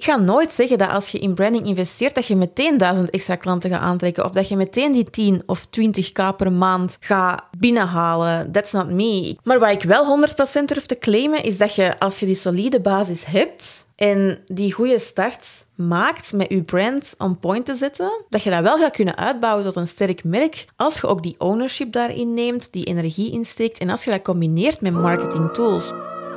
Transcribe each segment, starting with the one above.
ga nooit zeggen dat als je in branding investeert, dat je meteen 1000 extra klanten gaat aantrekken of dat je meteen die 10 of 20k per maand gaat binnenhalen. That's not me. Maar wat ik wel 100% durf te claimen, is dat je, als je die solide basis hebt en die goede start maakt met je brand on point te zetten, dat je dat wel gaat kunnen uitbouwen tot een sterk merk als je ook die ownership daarin neemt, die energie insteekt en als je dat combineert met marketing tools.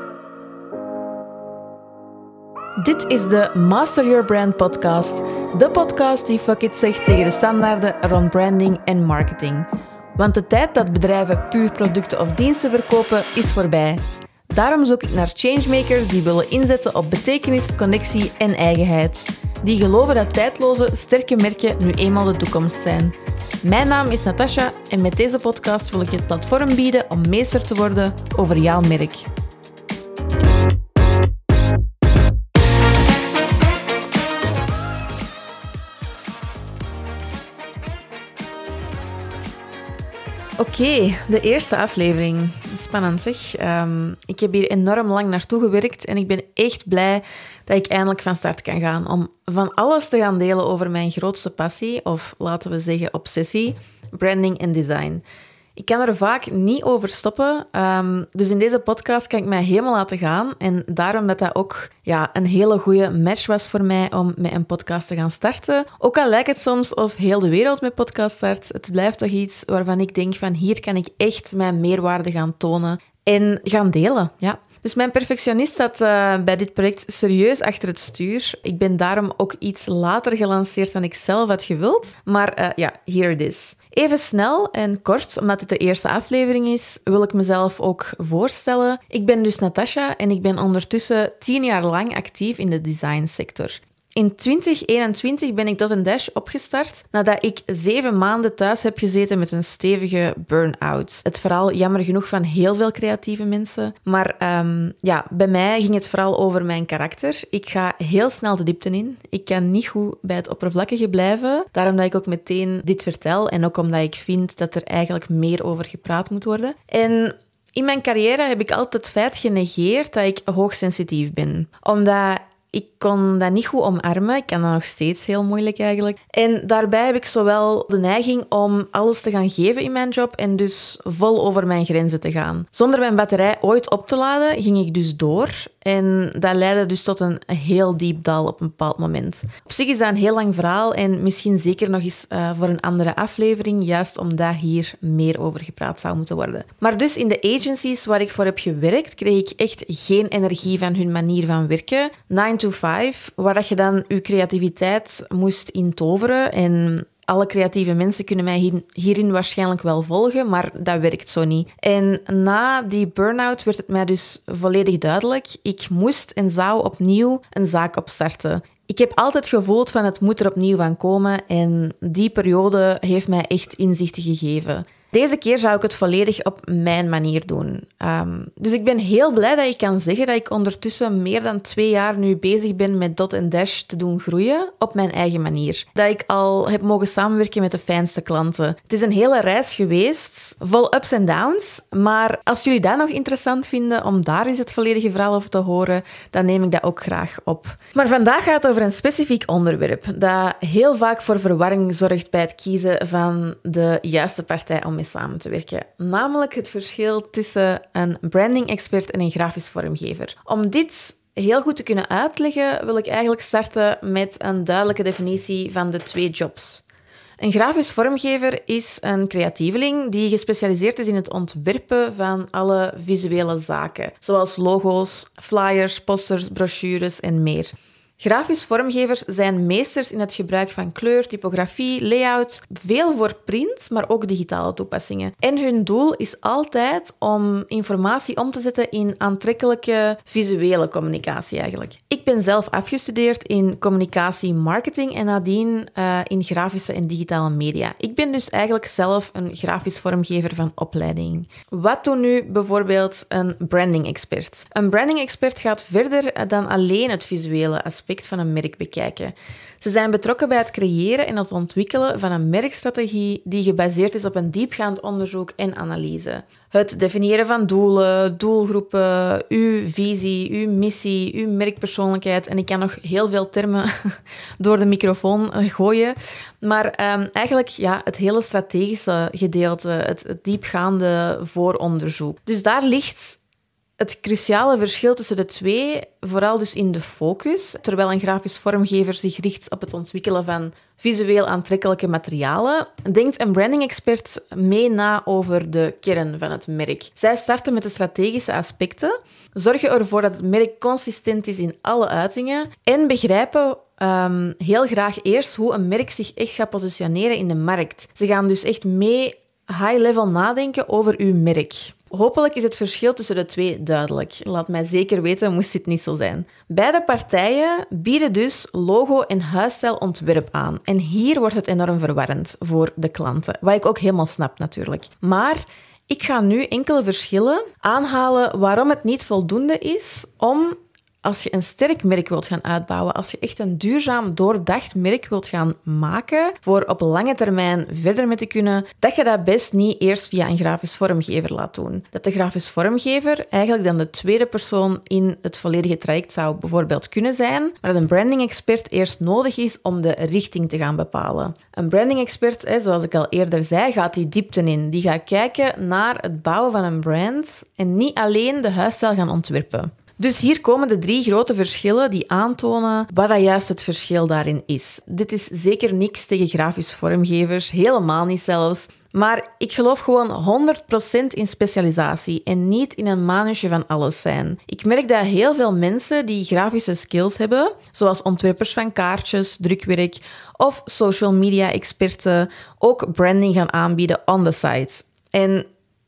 Dit is de Master Your Brand podcast. De podcast die fuck it zegt tegen de standaarden rond branding en marketing. Want de tijd dat bedrijven puur producten of diensten verkopen is voorbij. Daarom zoek ik naar changemakers die willen inzetten op betekenis, connectie en eigenheid. Die geloven dat tijdloze, sterke merken nu eenmaal de toekomst zijn. Mijn naam is Natasha en met deze podcast wil ik je het platform bieden om meester te worden over jouw merk. Oké, de eerste aflevering. Spannend zeg. Ik heb hier enorm lang naartoe gewerkt en ik ben echt blij dat ik eindelijk van start kan gaan om van alles te gaan delen over mijn grootste passie, of laten we zeggen obsessie, branding en design. Ik kan er vaak niet over stoppen, dus in deze podcast kan ik mij helemaal laten gaan. En daarom dat dat ook een hele goede match was voor mij om met een podcast te gaan starten. Ook al lijkt het soms of heel de wereld met podcast start, het blijft toch iets waarvan ik denk van hier kan ik echt mijn meerwaarde gaan tonen en gaan delen. Ja. Dus mijn perfectionist zat bij dit project serieus achter het stuur. Ik ben daarom ook iets later gelanceerd dan ik zelf had gewild. Maar here it is. Even snel en kort, omdat het de eerste aflevering is, wil ik mezelf ook voorstellen. Ik ben dus Natasha en ik ben ondertussen 10 jaar lang actief in de designsector. In 2021 ben ik Dot&Dash opgestart nadat ik 7 maanden thuis heb gezeten met een stevige burn-out. Het verhaal jammer genoeg van heel veel creatieve mensen. Maar bij mij ging het vooral over mijn karakter. Ik ga heel snel de diepte in. Ik kan niet goed bij het oppervlakkige blijven. Daarom dat ik ook meteen dit vertel en ook omdat ik vind dat er eigenlijk meer over gepraat moet worden. En in mijn carrière heb ik altijd het feit genegeerd dat ik hoogsensitief ben. Omdat ik kon dat niet goed omarmen. Ik kan dat nog steeds heel moeilijk eigenlijk. En daarbij heb ik zowel de neiging om alles te gaan geven in mijn job en dus vol over mijn grenzen te gaan. Zonder mijn batterij ooit op te laden, ging ik dus door. En dat leidde dus tot een heel diep dal op een bepaald moment. Op zich is dat een heel lang verhaal en misschien zeker nog eens voor een andere aflevering, juist omdat hier meer over gepraat zou moeten worden. Maar dus in de agencies waar ik voor heb gewerkt, kreeg ik echt geen energie van hun manier van werken. 9 to 5, waar dat je dan je creativiteit moest intoveren en alle creatieve mensen kunnen mij hierin waarschijnlijk wel volgen, maar dat werkt zo niet. En na die burn-out werd het mij dus volledig duidelijk. Ik moest en zou opnieuw een zaak opstarten. Ik heb altijd gevoeld van het moet er opnieuw van komen en die periode heeft mij echt inzichten gegeven. Deze keer zou ik het volledig op mijn manier doen. Dus ik ben heel blij dat ik kan zeggen dat ik ondertussen meer dan 2 jaar nu bezig ben met Dot&Dash te doen groeien op mijn eigen manier. Dat ik al heb mogen samenwerken met de fijnste klanten. Het is een hele reis geweest, vol ups en downs. Maar als jullie dat nog interessant vinden om daar eens het volledige verhaal over te horen, dan neem ik dat ook graag op. Maar vandaag gaat het over een specifiek onderwerp dat heel vaak voor verwarring zorgt bij het kiezen van de juiste partij om mee samen te werken. Namelijk het verschil tussen een branding-expert en een grafisch vormgever. Om dit heel goed te kunnen uitleggen, wil ik eigenlijk starten met een duidelijke definitie van de 2 jobs. Een grafisch vormgever is een creatieveling die gespecialiseerd is in het ontwerpen van alle visuele zaken, zoals logo's, flyers, posters, brochures en meer. Grafisch vormgevers zijn meesters in het gebruik van kleur, typografie, layout, veel voor print, maar ook digitale toepassingen. En hun doel is altijd om informatie om te zetten in aantrekkelijke visuele communicatie eigenlijk. Ik ben zelf afgestudeerd in communicatie marketing en nadien in grafische en digitale media. Ik ben dus eigenlijk zelf een grafisch vormgever van opleiding. Wat doet nu bijvoorbeeld een branding expert? Een branding expert gaat verder dan alleen het visuele aspect. aspect van een merk bekijken. Ze zijn betrokken bij het creëren en het ontwikkelen van een merkstrategie die gebaseerd is op een diepgaand onderzoek en analyse. Het definiëren van doelen, doelgroepen, uw visie, uw missie, uw merkpersoonlijkheid. En ik kan nog heel veel termen door de microfoon gooien. Maar eigenlijk het hele strategische gedeelte, het diepgaande vooronderzoek. Dus daar ligt het cruciale verschil tussen de twee, vooral dus in de focus. Terwijl een grafisch vormgever zich richt op het ontwikkelen van visueel aantrekkelijke materialen, denkt een branding-expert mee na over de kern van het merk. Zij starten met de strategische aspecten, zorgen ervoor dat het merk consistent is in alle uitingen en begrijpen heel graag eerst hoe een merk zich echt gaat positioneren in de markt. Ze gaan dus echt mee high-level nadenken over uw merk. Hopelijk is het verschil tussen de twee duidelijk. Laat mij zeker weten, moest dit niet zo zijn. Beide partijen bieden dus logo- en huisstijlontwerp aan. En hier wordt het enorm verwarrend voor de klanten. Wat ik ook helemaal snap natuurlijk. Maar ik ga nu enkele verschillen aanhalen waarom het niet voldoende is om, als je een sterk merk wilt gaan uitbouwen, als je echt een duurzaam, doordacht merk wilt gaan maken, voor op lange termijn verder mee te kunnen, dat je dat best niet eerst via een grafisch vormgever laat doen. Dat de grafisch vormgever eigenlijk dan de tweede persoon in het volledige traject zou bijvoorbeeld kunnen zijn, maar dat een branding expert eerst nodig is om de richting te gaan bepalen. Een branding expert, zoals ik al eerder zei, gaat die diepte in. Die gaat kijken naar het bouwen van een brand en niet alleen de huisstijl gaan ontwerpen. Dus hier komen de 3 grote verschillen die aantonen wat dat juist het verschil daarin is. Dit is zeker niks tegen grafisch vormgevers, helemaal niet zelfs. Maar ik geloof gewoon 100% in specialisatie en niet in een manusje van alles zijn. Ik merk dat heel veel mensen die grafische skills hebben, zoals ontwerpers van kaartjes, drukwerk of social media experten, ook branding gaan aanbieden on the site. En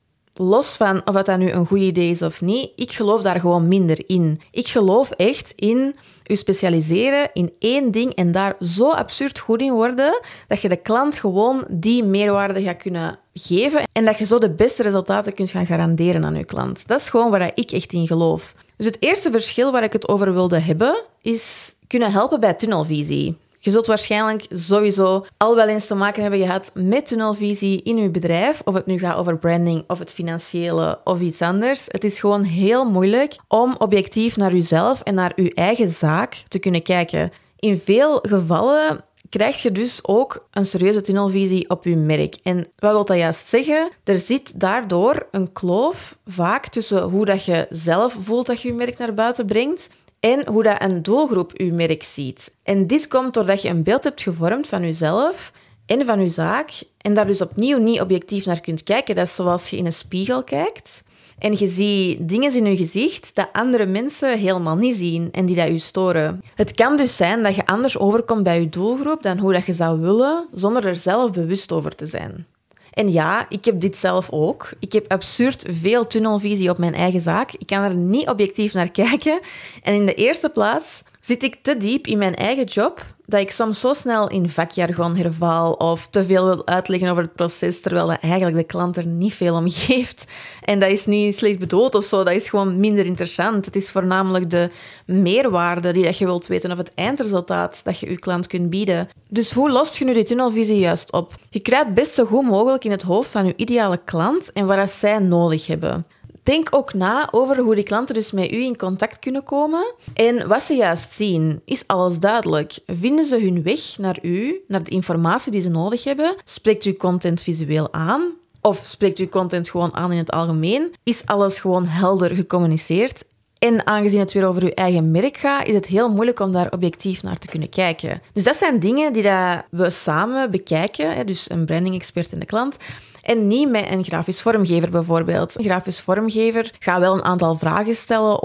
los van of dat nu een goed idee is of niet, ik geloof daar gewoon minder in. Ik geloof echt in je specialiseren in één ding en daar zo absurd goed in worden dat je de klant gewoon die meerwaarde gaat kunnen geven en dat je zo de beste resultaten kunt gaan garanderen aan je klant. Dat is gewoon waar ik echt in geloof. Dus het eerste verschil waar ik het over wilde hebben, is kunnen helpen bij tunnelvisie. Je zult waarschijnlijk sowieso al wel eens te maken hebben gehad met tunnelvisie in je bedrijf, of het nu gaat over branding of het financiële of iets anders. Het is gewoon heel moeilijk om objectief naar jezelf en naar je eigen zaak te kunnen kijken. In veel gevallen krijg je dus ook een serieuze tunnelvisie op je merk. En wat wil dat juist zeggen? Er zit daardoor een kloof vaak tussen hoe dat je zelf voelt dat je je merk naar buiten brengt en hoe dat een doelgroep je merk ziet. En dit komt doordat je een beeld hebt gevormd van jezelf en van je zaak en daar dus opnieuw niet objectief naar kunt kijken. Dat is zoals je in een spiegel kijkt en je ziet dingen in je gezicht dat andere mensen helemaal niet zien en die dat je storen. Het kan dus zijn dat je anders overkomt bij je doelgroep dan hoe dat je zou willen, zonder er zelf bewust over te zijn. En ja, ik heb dit zelf ook. Ik heb absurd veel tunnelvisie op mijn eigen zaak. Ik kan er niet objectief naar kijken. En in de eerste plaats zit ik te diep in mijn eigen job dat ik soms zo snel in vakjargon herval of te veel wil uitleggen over het proces, terwijl dat eigenlijk de klant er niet veel om geeft. En dat is niet slecht bedoeld of zo, dat is gewoon minder interessant. Het is voornamelijk de meerwaarde die dat je wilt weten of het eindresultaat dat je je klant kunt bieden. Dus hoe lost je nu die tunnelvisie juist op? Je kruipt best zo goed mogelijk in het hoofd van je ideale klant en wat dat zij nodig hebben. Denk ook na over hoe die klanten dus met u in contact kunnen komen en wat ze juist zien. Is alles duidelijk? Vinden ze hun weg naar u, naar de informatie die ze nodig hebben? Spreekt uw content visueel aan? Of spreekt uw content gewoon aan in het algemeen? Is alles gewoon helder gecommuniceerd? En aangezien het weer over uw eigen merk gaat, is het heel moeilijk om daar objectief naar te kunnen kijken. Dus dat zijn dingen die we samen bekijken, dus een branding expert en de klant. En niet met een grafisch vormgever bijvoorbeeld. Een grafisch vormgever gaat wel een aantal vragen stellen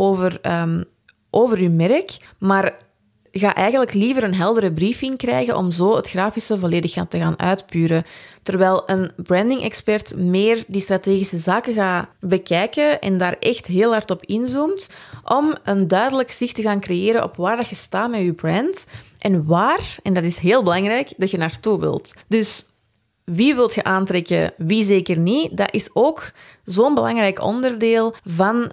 over uw merk, maar ga eigenlijk liever een heldere briefing krijgen om zo het grafische volledig te gaan uitpuren. Terwijl een branding-expert meer die strategische zaken gaat bekijken en daar echt heel hard op inzoomt om een duidelijk zicht te gaan creëren op waar dat je staat met je brand en waar, en dat is heel belangrijk, dat je naartoe wilt. Dus wie wilt je aantrekken, wie zeker niet, dat is ook zo'n belangrijk onderdeel van,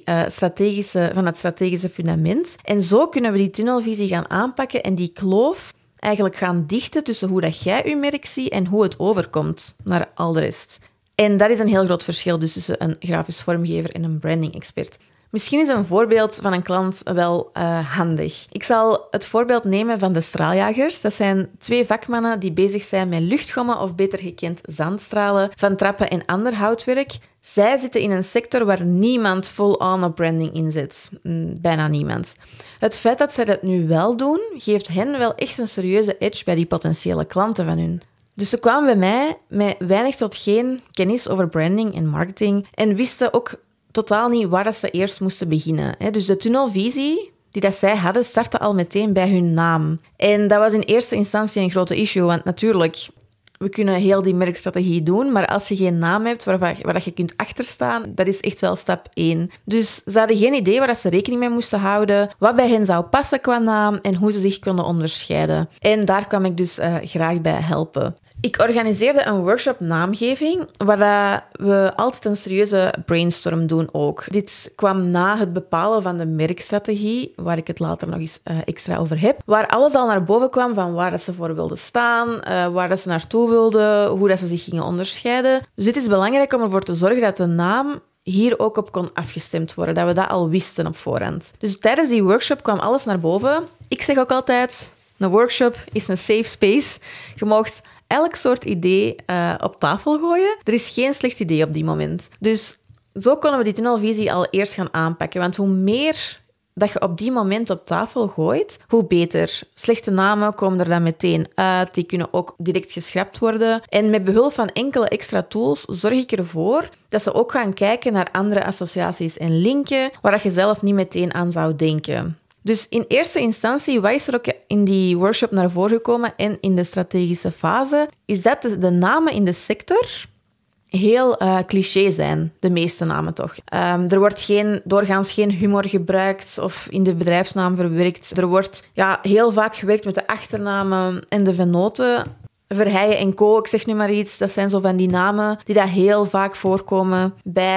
van het strategische fundament. En zo kunnen we die tunnelvisie gaan aanpakken en die kloof eigenlijk gaan dichten tussen hoe dat jij je merk ziet en hoe het overkomt naar al de rest. En dat is een heel groot verschil dus tussen een grafisch vormgever en een branding-expert. Misschien is een voorbeeld van een klant wel handig. Ik zal het voorbeeld nemen van de straaljagers. Dat zijn 2 vakmannen die bezig zijn met luchtgommen of beter gekend zandstralen van trappen en ander houtwerk. Zij zitten in een sector waar niemand full-on op branding inzet. Bijna niemand. Het feit dat zij dat nu wel doen, geeft hen wel echt een serieuze edge bij die potentiële klanten van hun. Dus ze kwamen bij mij met weinig tot geen kennis over branding en marketing en wisten ook totaal niet waar ze eerst moesten beginnen. Dus de tunnelvisie die dat zij hadden, startte al meteen bij hun naam. En dat was in eerste instantie een grote issue, want natuurlijk, we kunnen heel die merkstrategie doen, maar als je geen naam hebt waar je kunt achterstaan, dat is echt wel stap 1. Dus ze hadden geen idee waar ze rekening mee moesten houden, wat bij hen zou passen qua naam en hoe ze zich konden onderscheiden. En daar kwam ik dus graag bij helpen. Ik organiseerde een workshop naamgeving, waar we altijd een serieuze brainstorm doen ook. Dit kwam na het bepalen van de merkstrategie, waar ik het later nog eens extra over heb, waar alles al naar boven kwam van waar dat ze voor wilden staan, waar dat ze naartoe wilden, hoe dat ze zich gingen onderscheiden. Dus dit is belangrijk om ervoor te zorgen dat de naam hier ook op kon afgestemd worden, dat we dat al wisten op voorhand. Dus tijdens die workshop kwam alles naar boven. Ik zeg ook altijd, een workshop is een safe space. Je mag elk soort idee op tafel gooien. Er is geen slecht idee op die moment. Dus zo konden we die tunnelvisie al eerst gaan aanpakken. Want hoe meer dat je op die moment op tafel gooit, hoe beter. Slechte namen komen er dan meteen uit. Die kunnen ook direct geschrapt worden. En met behulp van enkele extra tools zorg ik ervoor dat ze ook gaan kijken naar andere associaties en linken waar je zelf niet meteen aan zou denken. Dus in eerste instantie, wat is er ook in die workshop naar voren gekomen en in de strategische fase, is dat de namen in de sector heel cliché zijn. De meeste namen toch. Er wordt doorgaans geen humor gebruikt of in de bedrijfsnaam verwerkt. Er wordt heel vaak gewerkt met de achternamen en de vennoten. Verheijen en Co, ik zeg nu maar iets, dat zijn zo van die namen die dat heel vaak voorkomen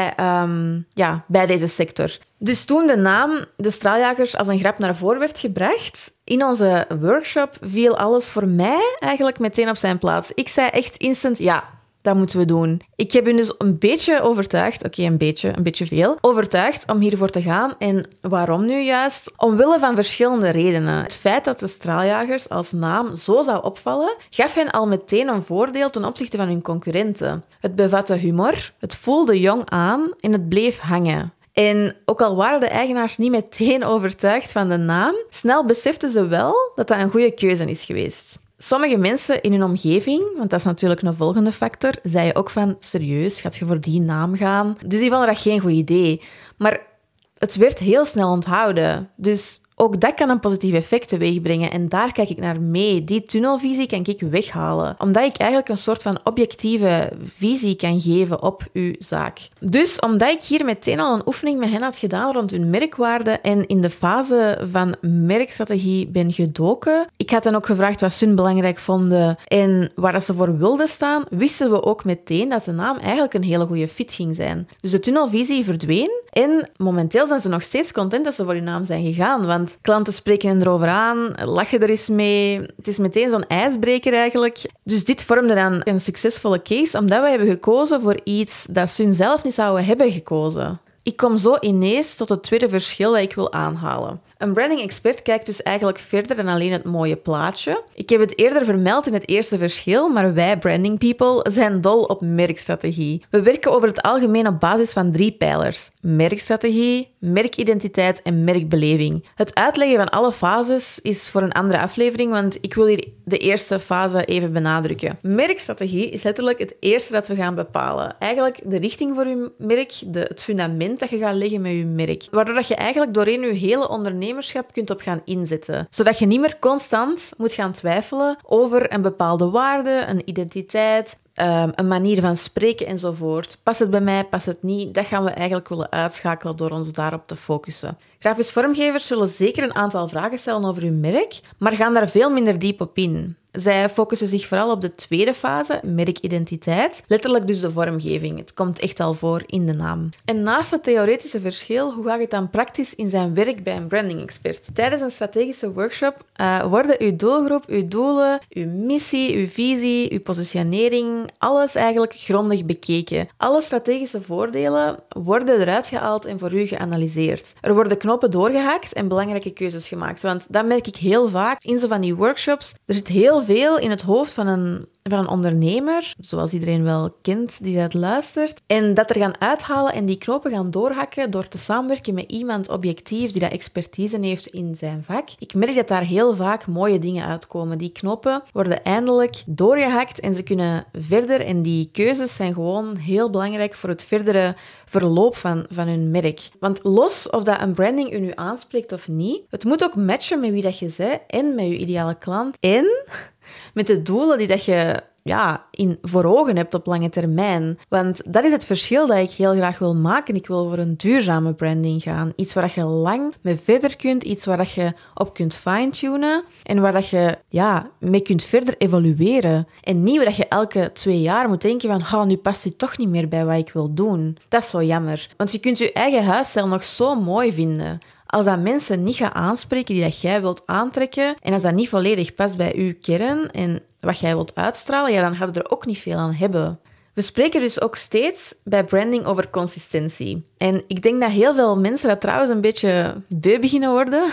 bij deze sector. Dus toen de naam De Straaljagers als een grap naar voren werd gebracht, in onze workshop viel alles voor mij eigenlijk meteen op zijn plaats. Ik zei echt instant, ja, dat moeten we doen. Ik heb hun dus een beetje overtuigd, een beetje veel, overtuigd om hiervoor te gaan. En waarom nu juist? Omwille van verschillende redenen. Het feit dat de Straaljagers als naam zo zou opvallen, gaf hen al meteen een voordeel ten opzichte van hun concurrenten. Het bevatte humor, het voelde jong aan en het bleef hangen. En ook al waren de eigenaars niet meteen overtuigd van de naam, snel beseften ze wel dat dat een goede keuze is geweest. Sommige mensen in hun omgeving, want dat is natuurlijk een volgende factor, zeiden ook van, serieus, gaat je voor die naam gaan? Dus die vonden dat geen goed idee. Maar het werd heel snel onthouden. Dus ook dat kan een positief effect teweegbrengen en daar kijk ik naar mee. Die tunnelvisie kan ik weghalen, omdat ik eigenlijk een soort van objectieve visie kan geven op uw zaak. Dus omdat ik hier meteen al een oefening met hen had gedaan rond hun merkwaarde en in de fase van merkstrategie ben gedoken, ik had hen ook gevraagd wat ze belangrijk vonden en waar ze voor wilden staan, wisten we ook meteen dat de naam eigenlijk een hele goede fit ging zijn. Dus de tunnelvisie verdween en momenteel zijn ze nog steeds content dat ze voor hun naam zijn gegaan, want klanten spreken hen erover aan, lachen er eens mee. Het is meteen zo'n ijsbreker eigenlijk. Dus dit vormde dan een succesvolle case, omdat we hebben gekozen voor iets dat ze zelf niet zouden hebben gekozen. Ik kom zo ineens tot het tweede verschil dat ik wil aanhalen. Een branding-expert kijkt dus eigenlijk verder dan alleen het mooie plaatje. Ik heb het eerder vermeld in het eerste verschil, maar wij branding people zijn dol op merkstrategie. We werken over het algemeen op basis van 3 pijlers. Merkstrategie, merkidentiteit en merkbeleving. Het uitleggen van alle fases is voor een andere aflevering, want ik wil hier de eerste fase even benadrukken. Merkstrategie is letterlijk het eerste dat we gaan bepalen. Eigenlijk de richting voor je merk, het fundament dat je gaat leggen met je merk. Waardoor dat je eigenlijk doorheen je hele ondernemerschap kunt op gaan inzetten. Zodat je niet meer constant moet gaan twijfelen over een bepaalde waarde, een identiteit, een manier van spreken enzovoort. Past het bij mij, past het niet? Dat gaan we eigenlijk willen uitschakelen door ons daarop te focussen. Grafisch vormgevers zullen zeker een aantal vragen stellen over hun merk, maar gaan daar veel minder diep op in. Zij focussen zich vooral op de tweede fase, merkidentiteit. Letterlijk dus de vormgeving. Het komt echt al voor in de naam. En naast het theoretische verschil, hoe gaat het dan praktisch in zijn werk bij een branding-expert? Tijdens een strategische workshop worden uw doelgroep, uw doelen, uw missie, uw visie, uw positionering, alles eigenlijk grondig bekeken. Alle strategische voordelen worden eruit gehaald en voor u geanalyseerd. Er worden knopen doorgehakt en belangrijke keuzes gemaakt. Want dat merk ik heel vaak in zo van die workshops. Er zit heel veel in het hoofd van een ondernemer, zoals iedereen wel kent die dat luistert, en dat er gaan uithalen en die knopen gaan doorhakken door te samenwerken met iemand objectief die dat expertise heeft in zijn vak. Ik merk dat daar heel vaak mooie dingen uitkomen. Die knopen worden eindelijk doorgehakt en ze kunnen verder en die keuzes zijn gewoon heel belangrijk voor het verdere verloop van hun merk. Want los of dat een branding u nu aanspreekt of niet, het moet ook matchen met wie dat je bent en met je ideale klant en met de doelen die dat je voor ogen hebt op lange termijn. Want dat is het verschil dat ik heel graag wil maken. Ik wil voor een duurzame branding gaan. Iets waar je lang mee verder kunt, iets waar je op kunt fine-tunen en waar je mee kunt verder evolueren. En niet waar je elke 2 jaar moet denken van nu past dit toch niet meer bij wat ik wil doen. Dat is zo jammer. Want je kunt je eigen huisstijl nog zo mooi vinden. Als dat mensen niet gaan aanspreken die dat jij wilt aantrekken en als dat niet volledig past bij uw kern en wat jij wilt uitstralen, dan gaan we er ook niet veel aan hebben. We spreken dus ook steeds bij branding over consistentie. En ik denk dat heel veel mensen dat trouwens een beetje beu beginnen worden,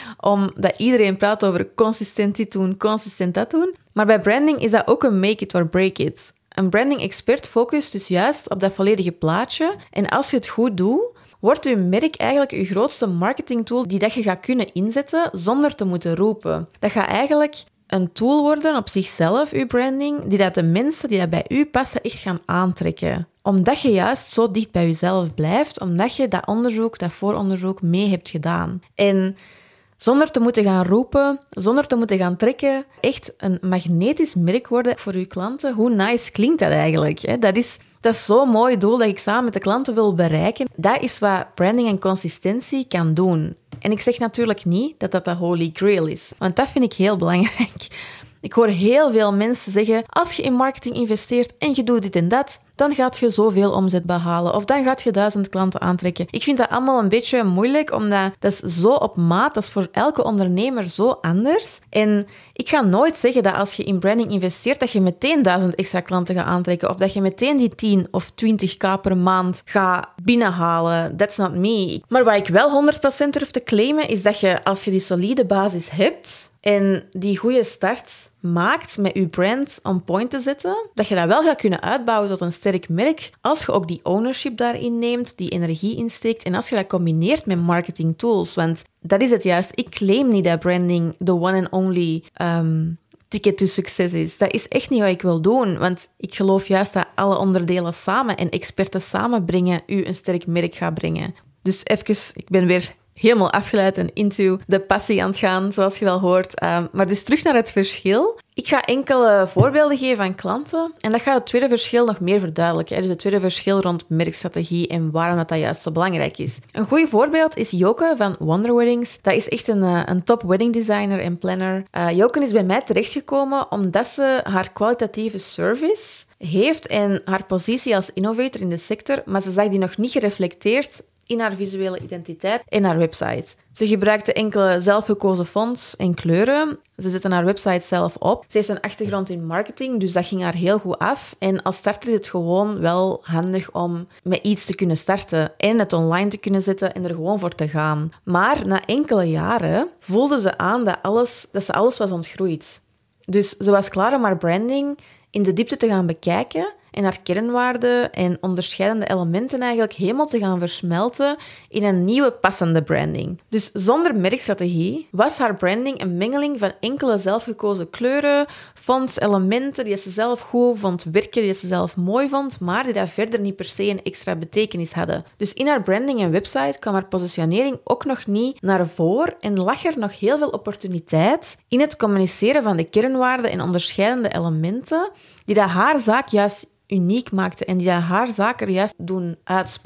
omdat iedereen praat over consistent dit doen, consistent dat doen. Maar bij branding is dat ook een make it or break it. Een branding-expert focust dus juist op dat volledige plaatje. En als je het goed doet, wordt uw merk eigenlijk uw grootste marketingtool die dat je gaat kunnen inzetten zonder te moeten roepen. Dat gaat eigenlijk een tool worden op zichzelf, uw branding, die dat de mensen die dat bij u passen echt gaan aantrekken. Omdat je juist zo dicht bij jezelf blijft, omdat je dat onderzoek, dat vooronderzoek mee hebt gedaan. En zonder te moeten gaan roepen, zonder te moeten gaan trekken, echt een magnetisch merk worden voor uw klanten. Hoe nice klinkt dat eigenlijk? Hè? Dat is zo'n mooi doel dat ik samen met de klanten wil bereiken. Dat is wat branding en consistentie kan doen. En ik zeg natuurlijk niet dat dat de holy grail is, want dat vind ik heel belangrijk. Ik hoor heel veel mensen zeggen, als je in marketing investeert en je doet dit en dat, dan gaat je zoveel omzet behalen of dan gaat je 1000 klanten aantrekken. Ik vind dat allemaal een beetje moeilijk, omdat dat is zo op maat, dat is voor elke ondernemer zo anders. En ik ga nooit zeggen dat als je in branding investeert, dat je meteen 1000 extra klanten gaat aantrekken of dat je meteen die 10 of 20k per maand gaat binnenhalen. That's not me. Maar wat ik wel 100% durf te claimen, is dat je, als je die solide basis hebt en die goede start maakt met je brand on point te zetten, dat je dat wel gaat kunnen uitbouwen tot een sterk merk, als je ook die ownership daarin neemt, die energie insteekt en als je dat combineert met marketing tools. Want dat is het juist. Ik claim niet dat branding the one and only ticket to succes is. Dat is echt niet wat ik wil doen, want ik geloof juist dat alle onderdelen samen en experten samenbrengen u een sterk merk gaat brengen. Dus even, ik ben weer helemaal afgeleid en into de passie aan het gaan, zoals je wel hoort. Maar dus terug naar het verschil. Ik ga enkele voorbeelden geven van klanten en dat gaat het tweede verschil nog meer verduidelijken. Dus het tweede verschil rond merkstrategie en waarom dat juist zo belangrijk is. Een goed voorbeeld is Joke van Wonder Weddings. Dat is echt een top wedding designer en planner. Joke is bij mij terechtgekomen omdat ze haar kwalitatieve service heeft en haar positie als innovator in de sector, maar ze zag die nog niet gereflecteerd in haar visuele identiteit en haar website. Ze gebruikte enkele zelfgekozen fonts en kleuren. Ze zette haar website zelf op. Ze heeft een achtergrond in marketing, dus dat ging haar heel goed af. En als starter is het gewoon wel handig om met iets te kunnen starten en het online te kunnen zetten en er gewoon voor te gaan. Maar na enkele jaren voelde ze aan dat ze alles was ontgroeid. Dus ze was klaar om haar branding in de diepte te gaan bekijken en haar kernwaarden en onderscheidende elementen eigenlijk helemaal te gaan versmelten in een nieuwe passende branding. Dus zonder merkstrategie was haar branding een mengeling van enkele zelfgekozen kleuren, fonts, elementen die ze zelf goed vond werken, die ze zelf mooi vond, maar die daar verder niet per se een extra betekenis hadden. Dus in haar branding en website kwam haar positionering ook nog niet naar voren en lag er nog heel veel opportuniteit in het communiceren van de kernwaarden en onderscheidende elementen die dat haar zaak juist uniek maakte en die haar zaak er juist doen uitspringen.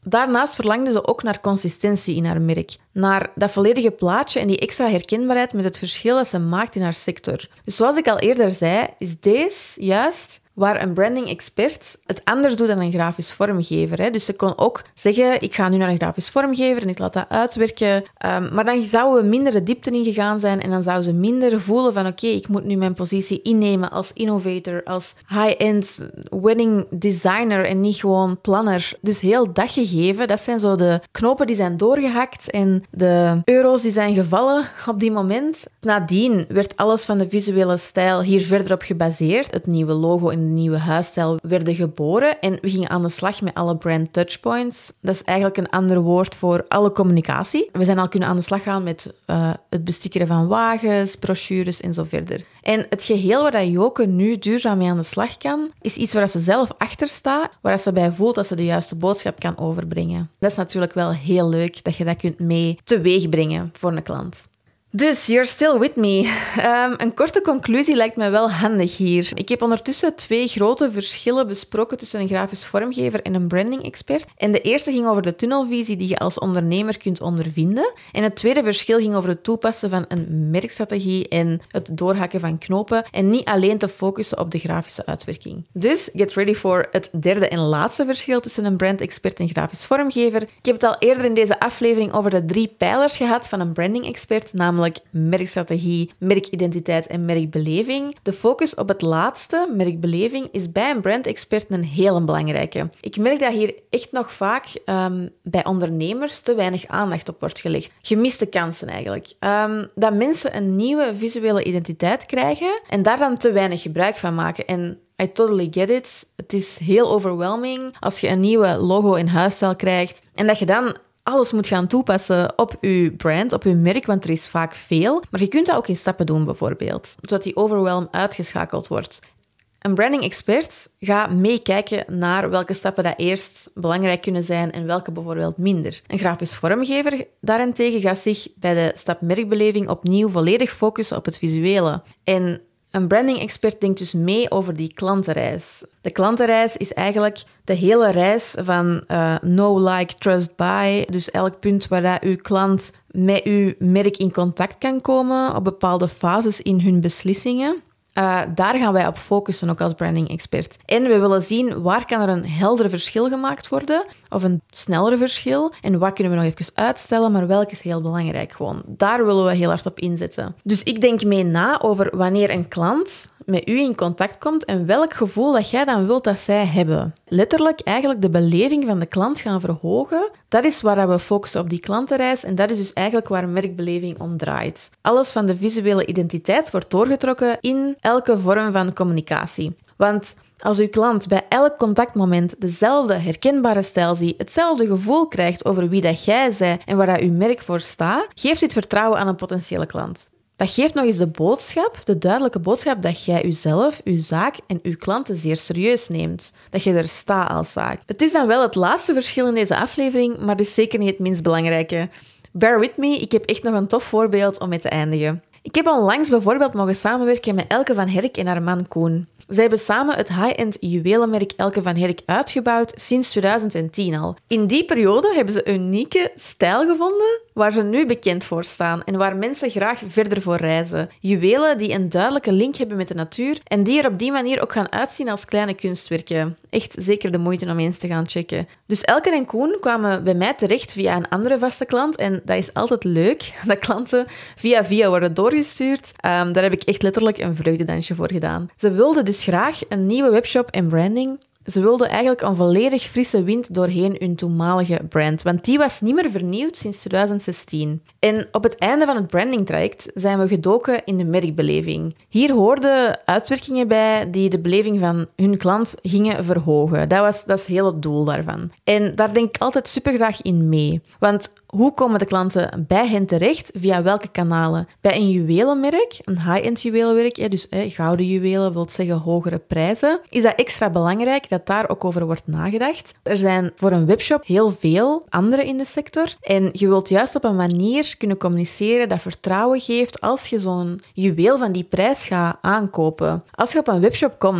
Daarnaast verlangde ze ook naar consistentie in haar merk. Naar dat volledige plaatje en die extra herkenbaarheid met het verschil dat ze maakt in haar sector. Dus zoals ik al eerder zei, is deze juist waar een branding expert het anders doet dan een grafisch vormgever. Dus ze kon ook zeggen, ik ga nu naar een grafisch vormgever en ik laat dat uitwerken. Maar dan zouden we minder de diepte in gegaan zijn en dan zouden ze minder voelen van oké, ik moet nu mijn positie innemen als innovator, als high-end wedding designer en niet gewoon planner. Dus heel dat gegeven, dat zijn zo de knopen die zijn doorgehakt en de euro's die zijn gevallen op die moment. Nadien werd alles van de visuele stijl hier verder op gebaseerd. Het nieuwe logo en de nieuwe huisstijl werden geboren en we gingen aan de slag met alle brand touchpoints. Dat is eigenlijk een ander woord voor alle communicatie. We zijn al kunnen aan de slag gaan met het bestikkeren van wagens, brochures en zo verder. En het geheel waar Joke nu duurzaam mee aan de slag kan, is iets waar ze zelf achter staat, waar ze bij voelt dat ze de juiste boodschap kan overbrengen. Dat is natuurlijk wel heel leuk dat je dat kunt mee teweeg brengen voor een klant. Dus, you're still with me. Een korte conclusie lijkt me wel handig hier. Ik heb ondertussen 2 grote verschillen besproken tussen een grafisch vormgever en een branding-expert. En de eerste ging over de tunnelvisie die je als ondernemer kunt ondervinden. En het tweede verschil ging over het toepassen van een merkstrategie en het doorhakken van knopen en niet alleen te focussen op de grafische uitwerking. Dus, get ready voor het derde en laatste verschil tussen een brand-expert en grafisch vormgever. Ik heb het al eerder in deze aflevering over de 3 pijlers gehad van een branding-expert, namelijk merkstrategie, merkidentiteit en merkbeleving. De focus op het laatste, merkbeleving, is bij een brandexpert een hele belangrijke. Ik merk dat hier echt nog vaak bij ondernemers te weinig aandacht op wordt gelegd. Gemiste kansen eigenlijk. Dat mensen een nieuwe visuele identiteit krijgen en daar dan te weinig gebruik van maken. En I totally get it. Het is heel overwhelming als je een nieuwe logo en huisstijl krijgt en dat je dan alles moet gaan toepassen op je brand, op je merk, want er is vaak veel. Maar je kunt dat ook in stappen doen, bijvoorbeeld, zodat die overwhelm uitgeschakeld wordt. Een branding-expert gaat meekijken naar welke stappen dat eerst belangrijk kunnen zijn en welke bijvoorbeeld minder. Een grafisch vormgever daarentegen gaat zich bij de stap merkbeleving opnieuw volledig focussen op het visuele. En een branding-expert denkt dus mee over die klantenreis. De klantenreis is eigenlijk de hele reis van know, like, trust, buy. Dus elk punt waar dat uw klant met uw merk in contact kan komen op bepaalde fases in hun beslissingen. Daar gaan wij op focussen, ook als branding-expert. En we willen zien waar kan er een helder verschil gemaakt worden, of een sneller verschil, en wat kunnen we nog even uitstellen, maar welk is heel belangrijk gewoon. Daar willen we heel hard op inzetten. Dus ik denk mee na over wanneer een klant met u in contact komt en welk gevoel dat jij dan wilt dat zij hebben. Letterlijk eigenlijk de beleving van de klant gaan verhogen. Dat is waar we focussen op die klantenreis en dat is dus eigenlijk waar merkbeleving om draait. Alles van de visuele identiteit wordt doorgetrokken in elke vorm van communicatie. Want als uw klant bij elk contactmoment dezelfde herkenbare stijl ziet, hetzelfde gevoel krijgt over wie dat jij bent en waar dat uw merk voor staat, geeft dit vertrouwen aan een potentiële klant. Dat geeft nog eens de boodschap, de duidelijke boodschap dat jij jezelf, je zaak en je klanten zeer serieus neemt. Dat je er staat als zaak. Het is dan wel het laatste verschil in deze aflevering, maar dus zeker niet het minst belangrijke. Bear with me, ik heb echt nog een tof voorbeeld om mee te eindigen. Ik heb onlangs bijvoorbeeld mogen samenwerken met Elke van Herk en haar man Koen. Zij hebben samen het high-end juwelenmerk Elke van Herk uitgebouwd sinds 2010 al. In die periode hebben ze een unieke stijl gevonden waar ze nu bekend voor staan en waar mensen graag verder voor reizen. Juwelen die een duidelijke link hebben met de natuur en die er op die manier ook gaan uitzien als kleine kunstwerken. Echt zeker de moeite om eens te gaan checken. Dus Elke en Koen kwamen bij mij terecht via een andere vaste klant en dat is altijd leuk, dat klanten via worden doorgestuurd. Daar heb ik echt letterlijk een vreugdedansje voor gedaan. Ze wilden dus graag een nieuwe webshop en branding. Ze wilden eigenlijk een volledig frisse wind doorheen hun toenmalige brand, want die was niet meer vernieuwd sinds 2016. En op het einde van het brandingtraject zijn we gedoken in de merkbeleving. Hier hoorden uitwerkingen bij die de beleving van hun klant gingen verhogen. Dat is heel het doel daarvan. En daar denk ik altijd supergraag in mee. Want hoe komen de klanten bij hen terecht? Via welke kanalen? Bij een juwelenmerk, een high-end juwelenmerk, dus gouden juwelen wil zeggen hogere prijzen, is dat extra belangrijk dat daar ook over wordt nagedacht. Er zijn voor een webshop heel veel andere in de sector en je wilt juist op een manier kunnen communiceren dat vertrouwen geeft als je zo'n juweel van die prijs gaat aankopen. Als je op een webshop komt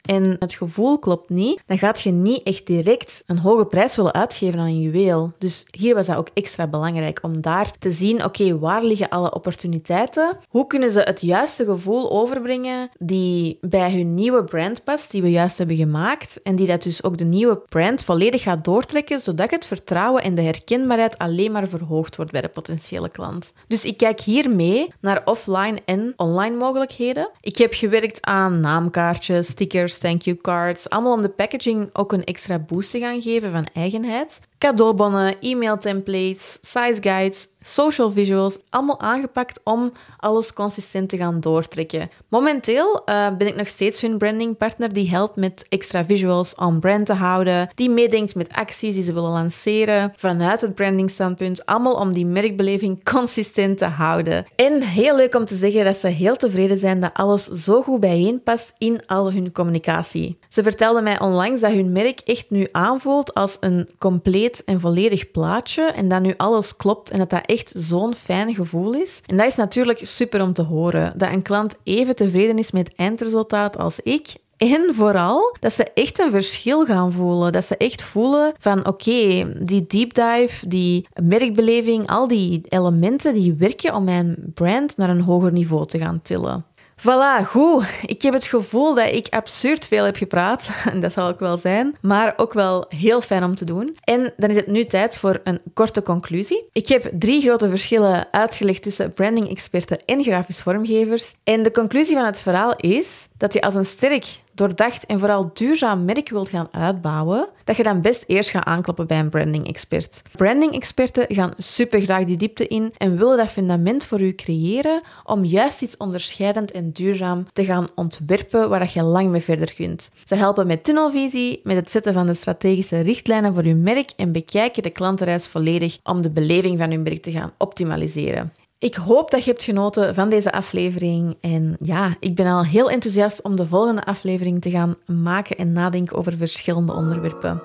en het gevoel klopt niet, dan gaat je niet echt direct een hoge prijs willen uitgeven aan een juweel. Dus hier was dat ook extra belangrijk om daar te zien, oké, waar liggen alle opportuniteiten? Hoe kunnen ze het juiste gevoel overbrengen die bij hun nieuwe brand past, die we juist hebben gemaakt, en die dat dus ook de nieuwe brand volledig gaat doortrekken, zodat het vertrouwen en de herkenbaarheid alleen maar verhoogd wordt bij de potentiële klant. Dus ik kijk hier mee naar offline en online mogelijkheden. Ik heb gewerkt aan naamkaartjes, stickers, thank you cards, allemaal om de packaging ook een extra boost te gaan geven van eigenheid. Cadeaubonnen, e-mail-templates, size guides, social visuals, allemaal aangepakt om alles consistent te gaan doortrekken. Momenteel ben ik nog steeds hun brandingpartner die helpt met extra visuals on brand te houden, die meedenkt met acties die ze willen lanceren vanuit het brandingstandpunt, allemaal om die merkbeleving consistent te houden. En heel leuk om te zeggen dat ze heel tevreden zijn dat alles zo goed bijeenpast in al hun communicatie. Ze vertelden mij onlangs dat hun merk echt nu aanvoelt als een compleet en volledig plaatje en dat nu alles klopt en dat dat echt zo'n fijn gevoel is. En dat is natuurlijk super om te horen, dat een klant even tevreden is met het eindresultaat als ik. En vooral dat ze echt een verschil gaan voelen. Dat ze echt voelen van oké, die deep dive, die merkbeleving, al die elementen die werken om mijn brand naar een hoger niveau te gaan tillen. Voilà, goed. Ik heb het gevoel dat ik absurd veel heb gepraat. En dat zal ook wel zijn. Maar ook wel heel fijn om te doen. En dan is het nu tijd voor een korte conclusie. Ik heb 3 grote verschillen uitgelegd tussen branding-experten en grafisch vormgevers. En de conclusie van het verhaal is dat je als een sterk, doordacht en vooral duurzaam merk wilt gaan uitbouwen, dat je dan best eerst gaat aankloppen bij een branding-expert. Branding-experten gaan supergraag die diepte in en willen dat fundament voor u creëren om juist iets onderscheidend en duurzaam te gaan ontwerpen waar je lang mee verder kunt. Ze helpen met tunnelvisie, met het zetten van de strategische richtlijnen voor uw merk en bekijken de klantenreis volledig om de beleving van uw merk te gaan optimaliseren. Ik hoop dat je hebt genoten van deze aflevering. En ja, ik ben al heel enthousiast om de volgende aflevering te gaan maken en nadenken over verschillende onderwerpen.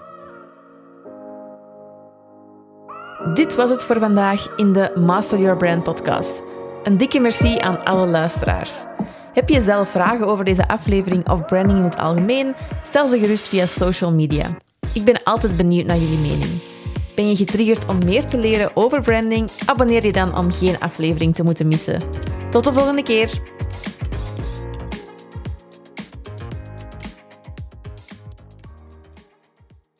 Dit was het voor vandaag in de Master Your Brand podcast. Een dikke merci aan alle luisteraars. Heb je zelf vragen over deze aflevering of branding in het algemeen? Stel ze gerust via social media. Ik ben altijd benieuwd naar jullie mening. Ben je getriggerd om meer te leren over branding? Abonneer je dan om geen aflevering te moeten missen. Tot de volgende keer!